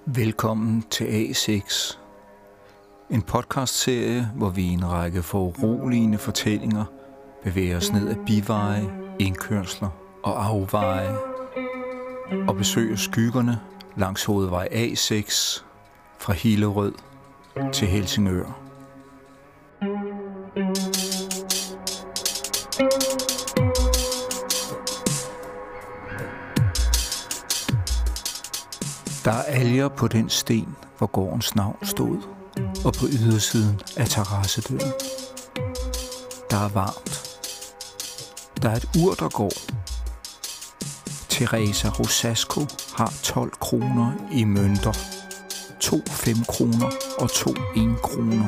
Velkommen til A6, en podcastserie, hvor vi i en række foruroligende fortællinger bevæger os ned ad biveje, indkørsler og afveje og besøger skyggerne langs hovedvej A6 fra Hillerød til Helsingør. Der er alger på den sten, hvor gårdens navn stod, og på ydersiden af terrassedøren. Der er varmt. Der er et ur, der går. Teresa Rosasco har 12 kroner i mønter. 2 5 kroner og 2 1 kroner.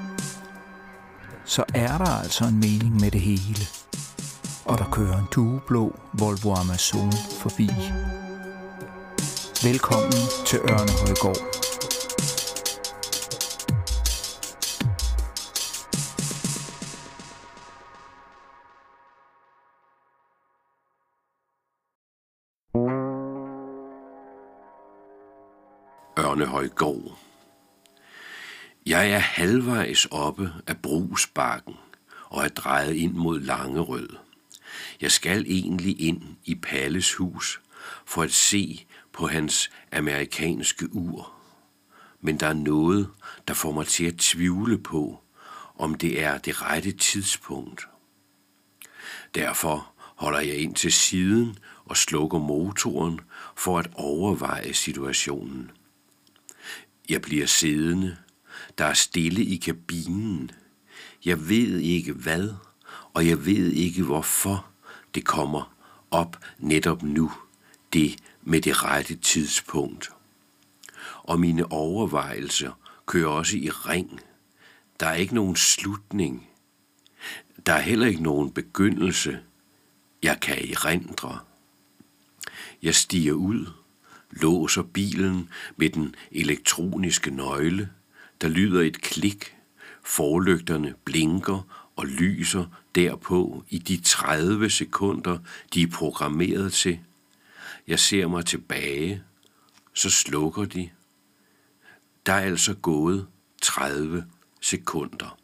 Så er der altså en mening med det hele. Og der kører en dueblå Volvo Amazon forbi. Velkommen til Ørnehøjgård. Ørnehøjgård. Jeg er halvvejs oppe af Brugsbakken og er drejet ind mod Langerød. Jeg skal egentlig ind i Palles hus for at se på hans amerikanske ur. Men der er noget, der får mig til at tvivle på, om det er det rette tidspunkt. Derfor holder jeg ind til siden og slukker motoren for at overveje situationen. Jeg bliver siddende. Der er stille i kabinen. Jeg ved ikke hvad, og jeg ved ikke hvorfor det kommer op netop nu, det med det rette tidspunkt. Og mine overvejelser kører også i ring. Der er ikke nogen slutning. Der er heller ikke nogen begyndelse. Jeg kan erindre. Jeg stiger ud, låser bilen med den elektroniske nøgle. Der lyder et klik. Forlygterne blinker og lyser derpå i de 30 sekunder, de er programmeret til. Jeg ser mig tilbage, så slukker de. Der er altså gået 30 sekunder.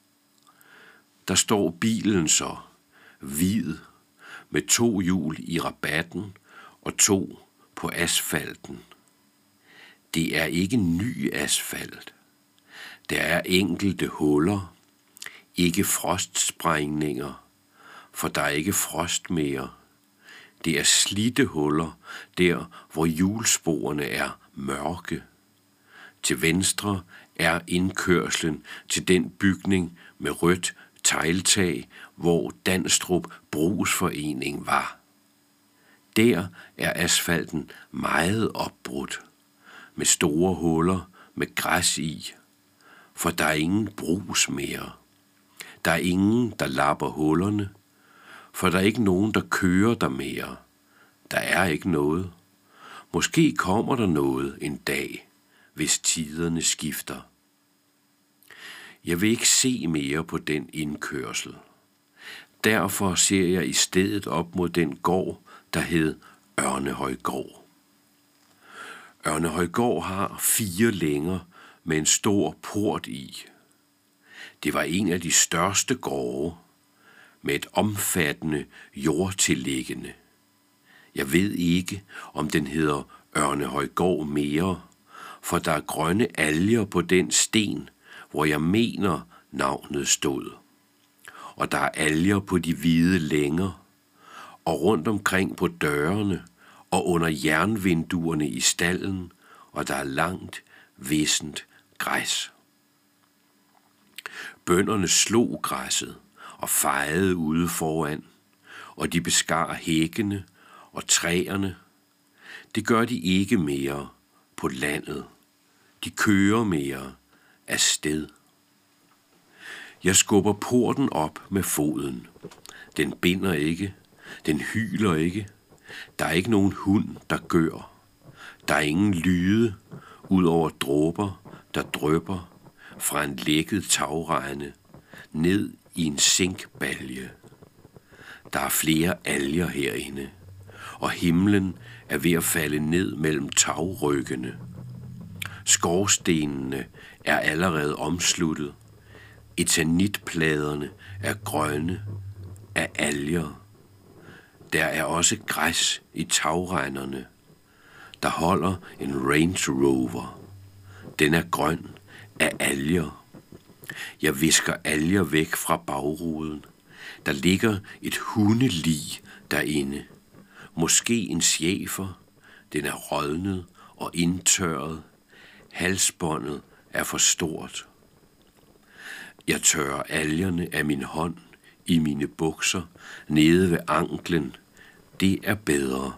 Der står bilen så, hvid, med 2 hjul i rabatten og 2 på asfalten. Det er ikke ny asfalt. Der er enkelte huller, ikke frostsprængninger, for der er ikke frost mere. Det er slidte huller, der hvor hjulsporene er mørke. Til venstre er indkørslen til den bygning med rødt tegltag, hvor Danstrup Brugsforening var. Der er asfalten meget opbrudt, med store huller med græs i, for der er ingen brus mere. Der er ingen, der lapper hullerne, for der er ikke nogen, der kører der mere. Der er ikke noget. Måske kommer der noget en dag, hvis tiderne skifter. Jeg vil ikke se mere på den indkørsel. Derfor ser jeg i stedet op mod den gård, der hed Ørnehøjgård. Ørnehøjgård har 4 længer med en stor port i. Det var en af de største gårde med et omfattende jordtilliggende. Jeg ved ikke, om den hedder Ørnehøjgård mere, for der er grønne alger på den sten, hvor jeg mener navnet stod. Og der er alger på de hvide længer, og rundt omkring på dørene og under jernvinduerne i stallen, og der er langt, vissent græs. Bønderne slog græsset og fejede ude foran, og de beskar hækkene og træerne. Det gør de ikke mere på landet. De kører mere afsted. Jeg skubber porten op med foden. Den binder ikke. Den hyler ikke. Der er ikke nogen hund, der gør. Der er ingen lyde, ud over dråber, der drypper fra en lækket tagrende ned i en zinkbalje. Der er flere alger herinde, og himlen er ved at falde ned mellem tagryggene. Skorstenene er allerede omsluttet. Eternitpladerne er grønne af alger. Der er også græs i tagrenderne. Der holder en Range Rover. Den er grøn af alger. Jeg visker alger væk fra bagruden. Der ligger et hundelig derinde. Måske en schæfer. Den er rådnet og indtørret. Halsbåndet er for stort. Jeg tørrer algerne af min hånd i mine bukser nede ved anklen. Det er bedre.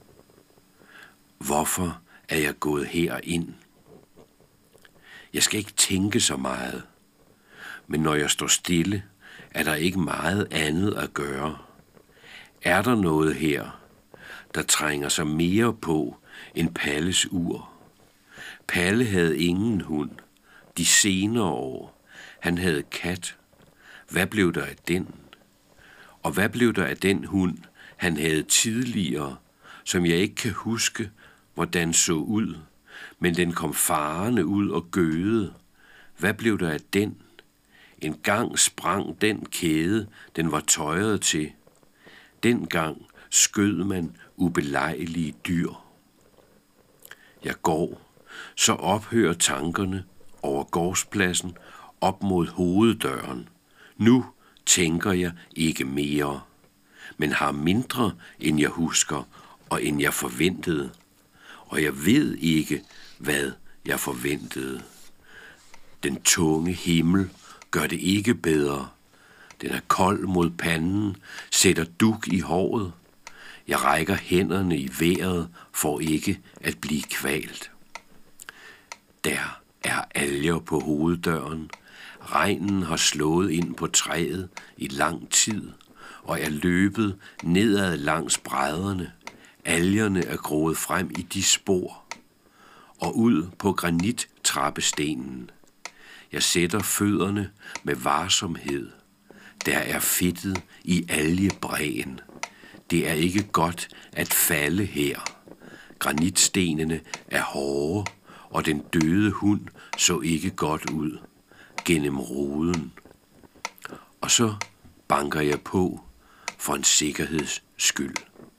Hvorfor er jeg gået herind? Jeg skal ikke tænke så meget. Men når jeg står stille, er der ikke meget andet at gøre. Er der noget her, der trænger sig mere på end Palles ur? Palle havde ingen hund. De senere år. Han havde kat. Hvad blev der af den? Og hvad blev der af den hund, han havde tidligere, som jeg ikke kan huske, hvordan så ud, men den kom farende ud og gøede. Hvad blev der af den? En gang sprang den kæde, den var tøjet til. Dengang skød man ubelejlige dyr. Jeg går, så ophører tankerne over gårdspladsen op mod hoveddøren. Nu tænker jeg ikke mere, men har mindre, end jeg husker og end jeg forventede. Og jeg ved ikke, hvad jeg forventede. Den tunge himmel gør det ikke bedre. Den er kold mod panden, sætter dug i håret. Jeg rækker hænderne i vejret for ikke at blive kvalt. Der er alger på hoveddøren. Regnen har slået ind på træet i lang tid, og er løbet nedad langs brædderne. Algerne er groet frem i de spor og ud på granittrappestenen. Jeg sætter fødderne med varsomhed. Der er fedtet i algebræen. Det er ikke godt at falde her. Granitstenene er hårde, og den døde hund så ikke godt ud gennem ruden. Og så banker jeg på for en sikkerheds skyld.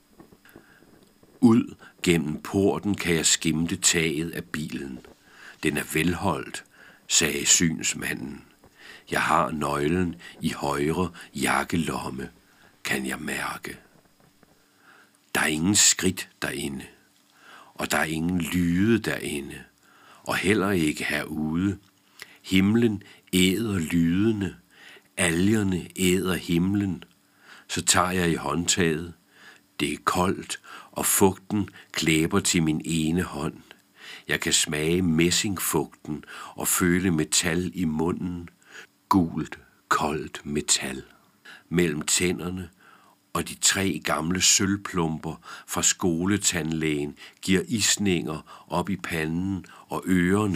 Ud gennem porten kan jeg skimte taget af bilen. Den er velholdt, sagde synsmanden. Jeg har nøglen i højre jakkelomme, kan jeg mærke. Der er ingen skridt derinde, og der er ingen lyde derinde, og heller ikke herude. Himlen æder lydene, algerne æder himlen. Så tager jeg i håndtaget. Det er koldt, og fugten klæber til min ene hånd. Jeg kan smage messingfugten og føle metal i munden. Gult, koldt metal. Mellem tænderne og de 3 gamle sølvplumper fra skoletandlægen giver isninger op i panden og ørerne.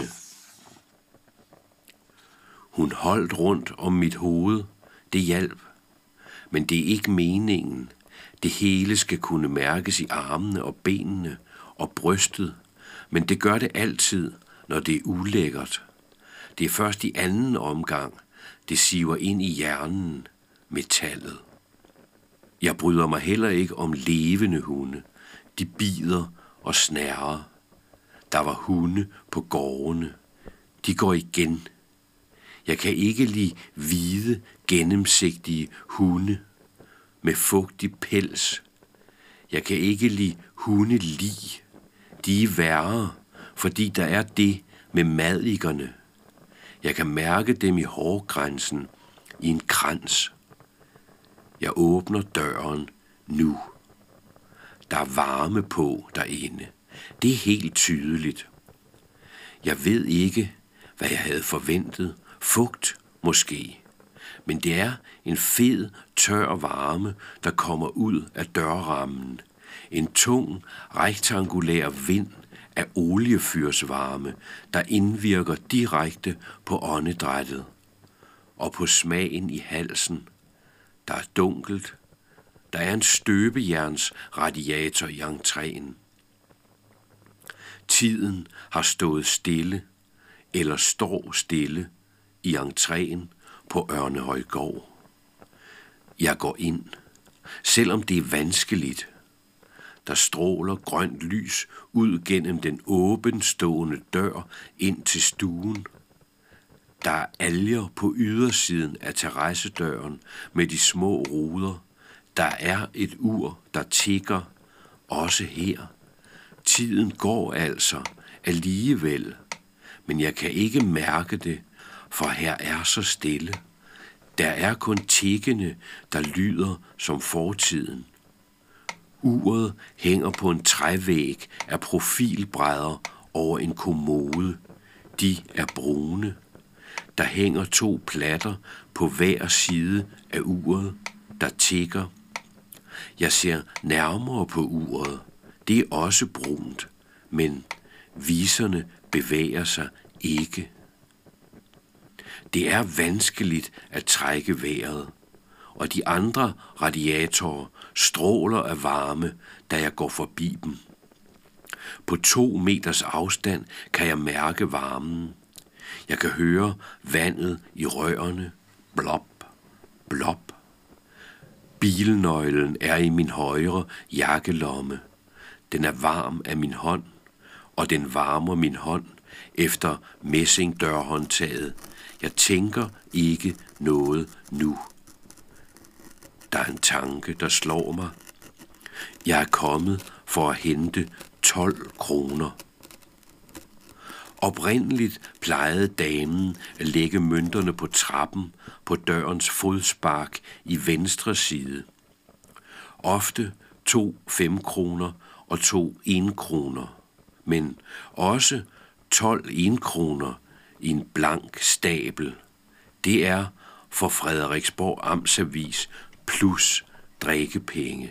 Hun holdt rundt om mit hoved. Det hjalp. Men det er ikke meningen. Det hele skal kunne mærkes i armene og benene og brystet. Men det gør det altid, når det er ulækkert. Det er først i anden omgang, det siver ind i hjernen, metallet. Jeg bryder mig heller ikke om levende hunde. De bider og snærer. Der var hunde på gårdene. De går igen. Jeg kan ikke lide hvide, gennemsigtige hunde med fugtig pels. Jeg kan ikke lide hundelig. De er værre, fordi der er det med madikerne. Jeg kan mærke dem i hårgrænsen, i en krans. Jeg åbner døren nu. Der er varme på derinde. Det er helt tydeligt. Jeg ved ikke, hvad jeg havde forventet. Fugt måske. Men det er en fed, tør varme, der kommer ud af dørrammen. En tung, rektangulær vind af oliefyrsvarme, der indvirker direkte på åndedrættet og på smagen i halsen. Der er dunkelt. Der er en støbejernsradiator i entréen. Tiden har stået stille. eller står stille i entréen på Ørnehøjgård. Jeg går ind, selvom det er vanskeligt. Der stråler grønt lys ud gennem den åbenstående dør ind til stuen. Der er alger på ydersiden af terrassedøren med de små ruder. Der er et ur, der tikker, også her. Tiden går altså alligevel, men jeg kan ikke mærke det, for her er så stille. Der er kun tikkene, der lyder som fortiden. Uret hænger på en trævæg af profilbrædder over en kommode. De er brune. Der hænger 2 platter på hver side af uret, der tikker. Jeg ser nærmere på uret. Det er også brunt, men viserne bevæger sig ikke. Det er vanskeligt at trække vejret, og de andre radiatorer stråler af varme, da jeg går forbi dem. På 2 meters afstand kan jeg mærke varmen. Jeg kan høre vandet i rørene. Blop, blop. Bilnøglen er i min højre jakkelomme. Den er varm af min hånd, og den varmer min hånd efter messingdørhåndtaget. Jeg tænker ikke noget nu. Der er en tanke, der slår mig. Jeg er kommet for at hente 12 kroner. Oprindeligt plejede damen at lægge mønterne på trappen på dørens fodspark i venstre side. Ofte 2 5-kroner og 2 1-kroner, men også 12 1-kroner i en blank stabel. Det er for Frederiksborg Amtsavis plus drikkepenge.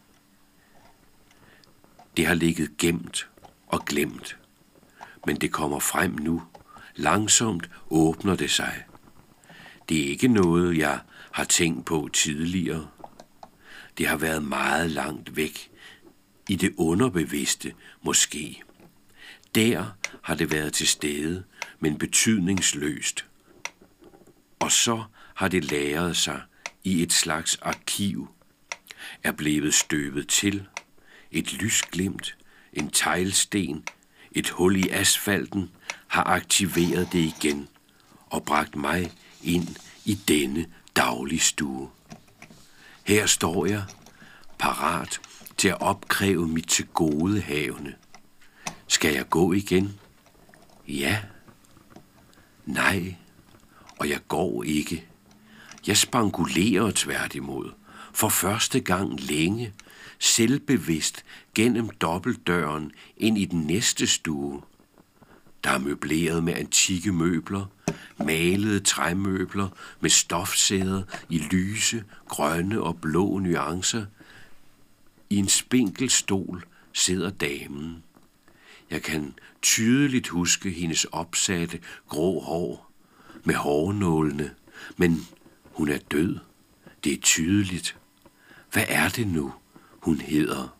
Det har ligget gemt og glemt, men det kommer frem nu. Langsomt åbner det sig. Det er ikke noget, jeg har tænkt på tidligere. Det har været meget langt væk, i det underbevidste måske. Der har det været til stede, men betydningsløst. Og så har det lagret sig i et slags arkiv, er blevet støvet til, et lysglimt, en teglsten, et hul i asfalten har aktiveret det igen og bragt mig ind i denne dagligstue. Her står jeg, parat til at opkræve mit tilgodehavende. Skal jeg gå igen? Ja. Nej. Og jeg går ikke. Jeg spangulerer tværtimod. For første gang længe, selvbevidst gennem dobbeltdøren ind i den næste stue. Der er møbleret med antikke møbler, malede træmøbler med stofsæder i lyse, grønne og blå nuancer. I en spinkel stol sidder damen. Jeg kan tydeligt huske hendes opsatte grå hår med hårnålene, men hun er død. Det er tydeligt. Hvad er det nu, hun hedder?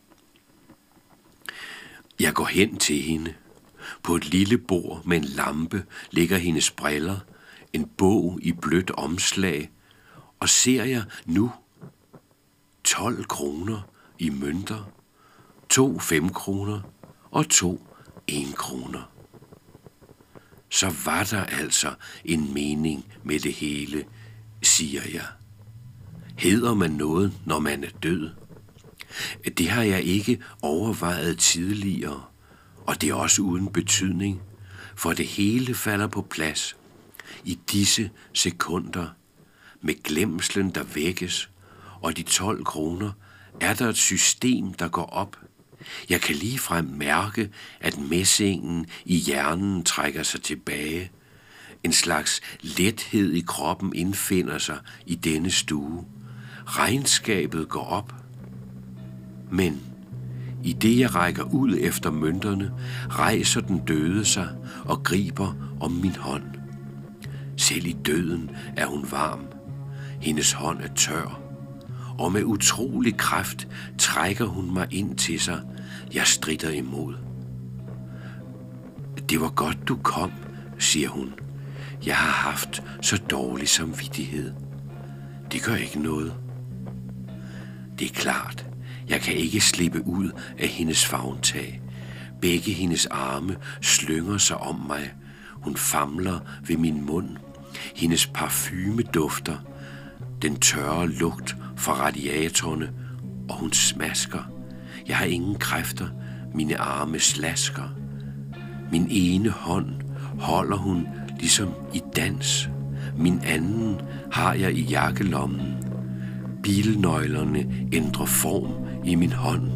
Jeg går hen til hende. På et lille bord med en lampe ligger hendes briller, en bog i blødt omslag, og ser jeg nu 12 kroner i mønter, 2 5-kroner og 2 1-kroner. Så var der altså en mening med det hele, siger jeg. Hedder man noget, når man er død? Det har jeg ikke overvejet tidligere, og det er også uden betydning, for det hele falder på plads i disse sekunder. Med glemslen, der vækkes, og de 12 kroner, er der et system, der går op. Jeg kan ligefrem mærke, at messingen i hjernen trækker sig tilbage. En slags lethed i kroppen indfinder sig i denne stue. Regnskabet går op. Men i det jeg rækker ud efter mønterne, rejser den døde sig og griber om min hånd. Selv i døden er hun varm. Hendes hånd er tør. Og med utrolig kraft trækker hun mig ind til sig. Jeg stritter imod. Det var godt, du kom, siger hun. Jeg har haft så dårlig samvittighed. Det gør ikke noget. Det er klart, jeg kan ikke slippe ud af hendes favntag. Begge hendes arme slynger sig om mig. Hun famler ved min mund. Hendes parfume dufter. Den tørre lugt fra radiatorerne, og hun smasker. Jeg har ingen kræfter. Mine arme slasker. Min ene hånd holder hun ligesom i dans. Min anden har jeg i jakkelommen. Bilnøglerne ændrer form i min hånd.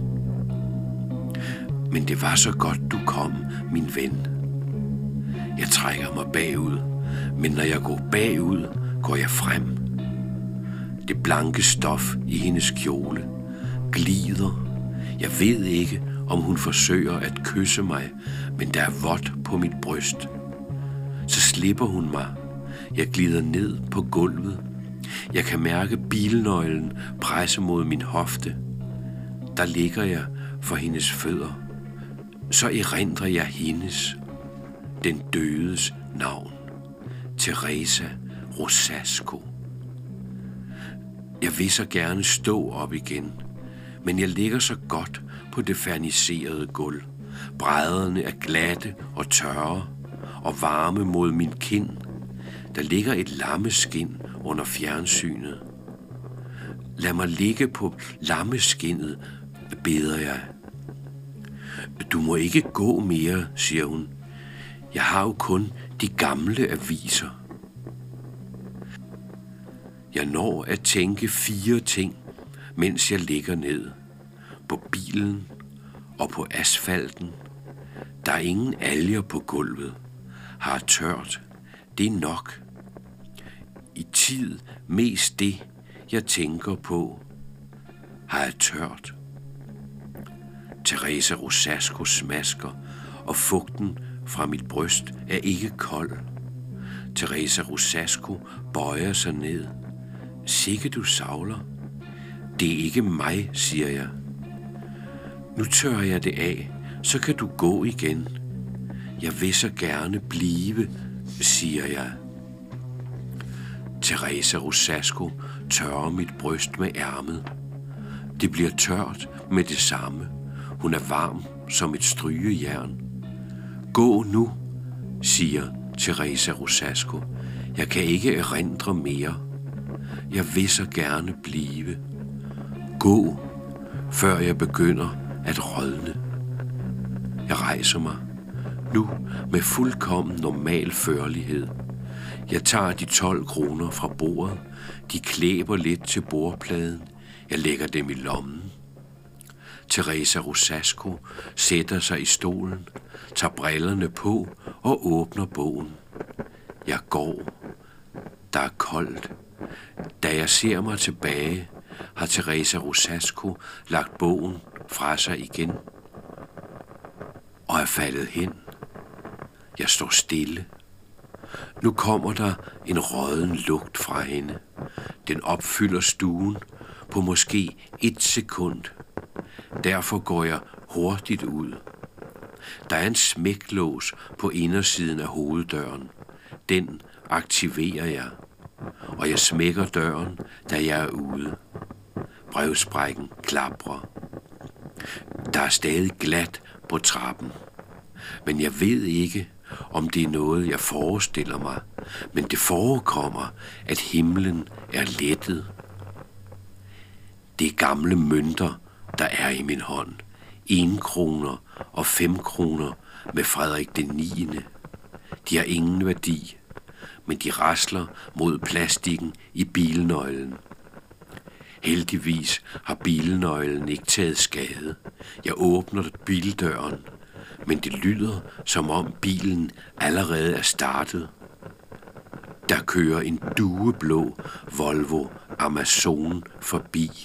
Men det var så godt, du kom, min ven. Jeg trækker mig bagud, men når jeg går bagud, går jeg frem. Det blanke stof i hendes kjole glider. Jeg ved ikke, om hun forsøger at kysse mig, men der er vådt på mit bryst. Så slipper hun mig. Jeg glider ned på gulvet. Jeg kan mærke bilnøglen presse mod min hofte. Der ligger jeg for hendes fødder. Så erindrer jeg hendes, den dødes navn. Teresa Rosasko. Jeg vil så gerne stå op igen, men jeg ligger så godt på det ferniserede gulv. Brædderne er glatte og tørre og varme mod min kind. Der ligger et lammeskind under fjernsynet. Lad mig ligge på lammeskindet, beder jeg. Du må ikke gå mere, siger hun. Jeg har jo kun de gamle aviser. Jeg når at tænke 4 ting, mens jeg ligger ned. På bilen og på asfalten. Der er ingen alger på gulvet. Har tørt. Det er nok. I tid mest det, jeg tænker på. Har jeg tørt. Teresa Rosasko smasker, og fugten fra mit bryst er ikke kold. Teresa Rosasko bøjer sig ned. Sikke du savler. Det er ikke mig, siger jeg. Nu tørrer jeg det af, så kan du gå igen. Jeg vil så gerne blive, siger jeg. Teresa Rosasko tørrer mit bryst med ærmet. Det bliver tørt med det samme. Hun er varm som et strygejern. Gå nu, siger Teresa Rosasko. Jeg kan ikke erindre mere. Jeg vil så gerne blive. Gå, før jeg begynder at rådne. Jeg rejser mig, nu med fuldkommen normal førlighed. Jeg tager de 12 kroner fra bordet. De klæber lidt til bordpladen. Jeg lægger dem i lommen. Teresa Rosasko sætter sig i stolen, tager brillerne på og åbner bogen. Jeg går. Der er koldt. Da jeg ser mig tilbage, har Teresa Rosasko lagt bogen fra sig igen og er faldet hen. Jeg står stille. Nu kommer der en rådden lugt fra hende. Den opfylder stuen på måske 1 sekund. Derfor går jeg hurtigt ud. Der er en smæklås på indersiden af hoveddøren. Den aktiverer jeg, og jeg smækker døren, da jeg er ude. Brevsprækken klaprer. Der er stadig glat på trappen, men jeg ved ikke, om det er noget, jeg forestiller mig, men det forekommer, at himlen er lettet. Det er gamle mønter, der er i min hånd. 1 kroner og 5 kroner med Frederik den 9. De har ingen værdi, men de rasler mod plastikken i bilnøglen. Heldigvis har bilnøglen ikke taget skade. Jeg åbner bildøren, men det lyder, som om bilen allerede er startet. Der kører en dueblå Volvo Amazon forbi.